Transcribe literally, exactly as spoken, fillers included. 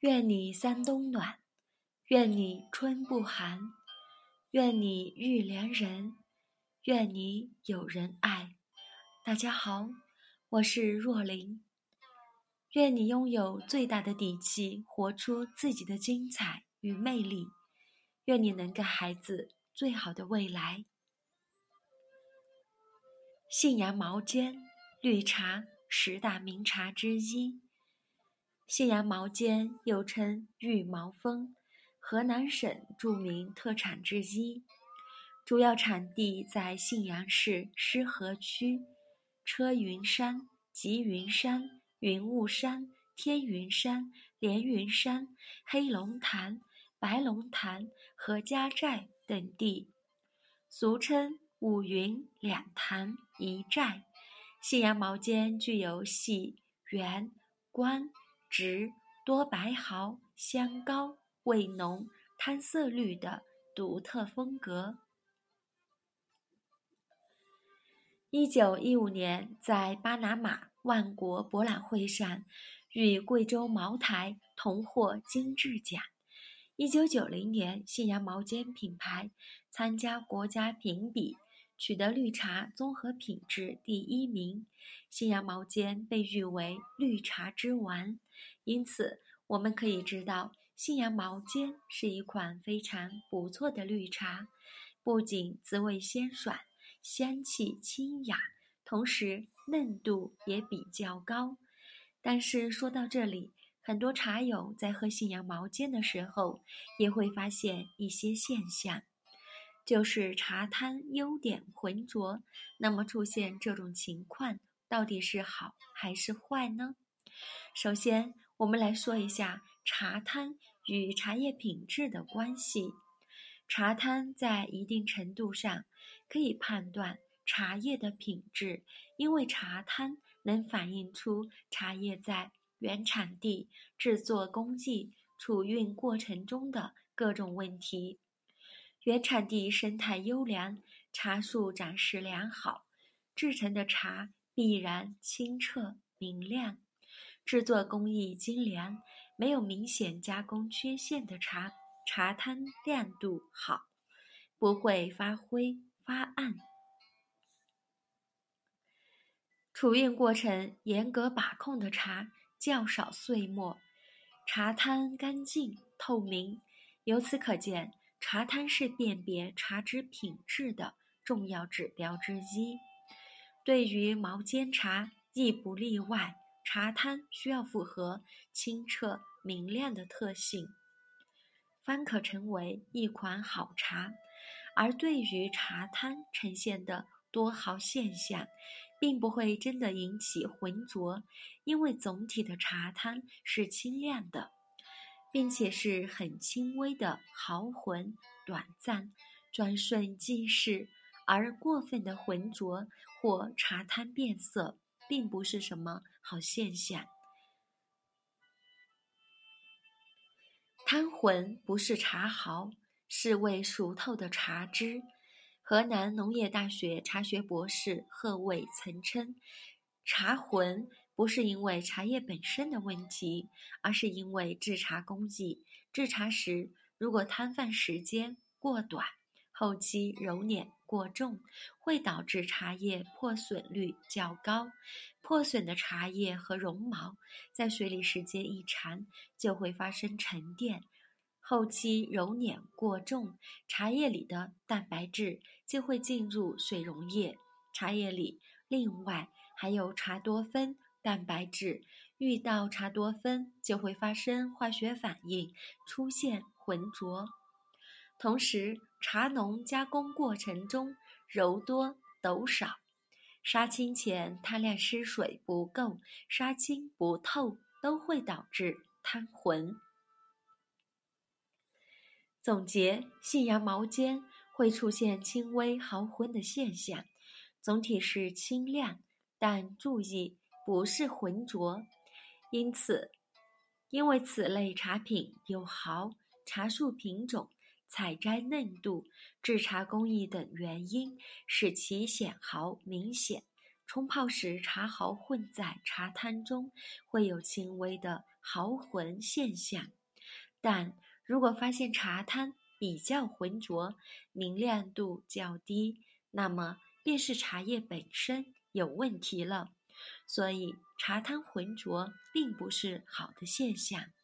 愿你三冬暖，愿你春不寒，愿你遇良人，愿你有人爱。大家好，我是若琳。愿你拥有最大的底气，活出自己的精彩与魅力。愿你能给孩子最好的未来。信阳毛尖，绿茶十大名茶之一。信阳毛尖又称玉毛枫，河南省著名特产之一，主要产地在信阳市施河区、车云山、吉云山、云雾山、天云山、连云山、黑龙潭、白龙潭和家寨等地，俗称五云两潭一寨。信阳毛尖具有细、圆、光、直、多白毫、香高、味浓、汤色绿的独特风格。一九一五年，在巴拿马万国博览会上，与贵州茅台同获金质奖。一九九零年，信阳毛尖品牌参加国家评比，取得绿茶综合品质第一名。信阳毛尖被誉为绿茶之王，因此我们可以知道，信阳毛尖是一款非常不错的绿茶，不仅滋味鲜爽，香气清雅，同时嫩度也比较高。但是说到这里，很多茶友在喝信阳毛尖的时候，也会发现一些现象，就是茶汤优点浑浊。那么出现这种情况，到底是好还是坏呢？首先，我们来说一下茶汤与茶叶品质的关系。茶汤在一定程度上可以判断茶叶的品质，因为茶汤能反映出茶叶在原产地、制作工艺、储运过程中的各种问题。原产地生态优良，茶树长势良好，制成的茶必然清澈明亮。制作工艺精良，没有明显加工缺陷的茶，茶汤亮度好，不会发灰发暗。储运过程严格把控的茶较少碎末，茶汤干净透明。由此可见，茶汤是辨别茶质品质的重要指标之一。对于毛尖茶亦不例外，茶汤需要符合清澈明亮的特性，方可成为一款好茶。而对于茶汤呈现的多毫现象，并不会真的引起浑浊，因为总体的茶汤是清亮的，并且是很轻微的毫浑短暂，转瞬即逝。而过分的浑浊或茶汤变色，并不是什么好现象。汤浑不是茶毫，是未熟透的茶汁。河南农业大学茶学博士贺卫曾称，茶浑不是因为茶叶本身的问题，而是因为制茶工艺。制茶时，如果摊放时间过短，后期揉捻过重，会导致茶叶破损率较高。破损的茶叶和绒毛在水里时间一长，就会发生沉淀。后期揉捻过重，茶叶里的蛋白质就会进入水溶液。茶叶里另外还有茶多酚蛋白质，遇到茶多酚就会发生化学反应，出现浑浊。同时，茶农加工过程中揉多抖少，杀青前汤量失水不够，杀青不透，都会导致汤浑。总结，信阳毛尖会出现轻微毫浑的现象，总体是清亮，但注意不是浑浊。因此，因为此类茶品有毫、茶树品种、采摘嫩度、制茶工艺等原因，使其显毫明显， 冲泡时茶毫混在茶汤中，会有轻微的毫浑现象。但如果发现茶汤比较浑浊，明亮度较低，那么便是茶叶本身有问题了。所以茶汤浑浊并不是好的现象。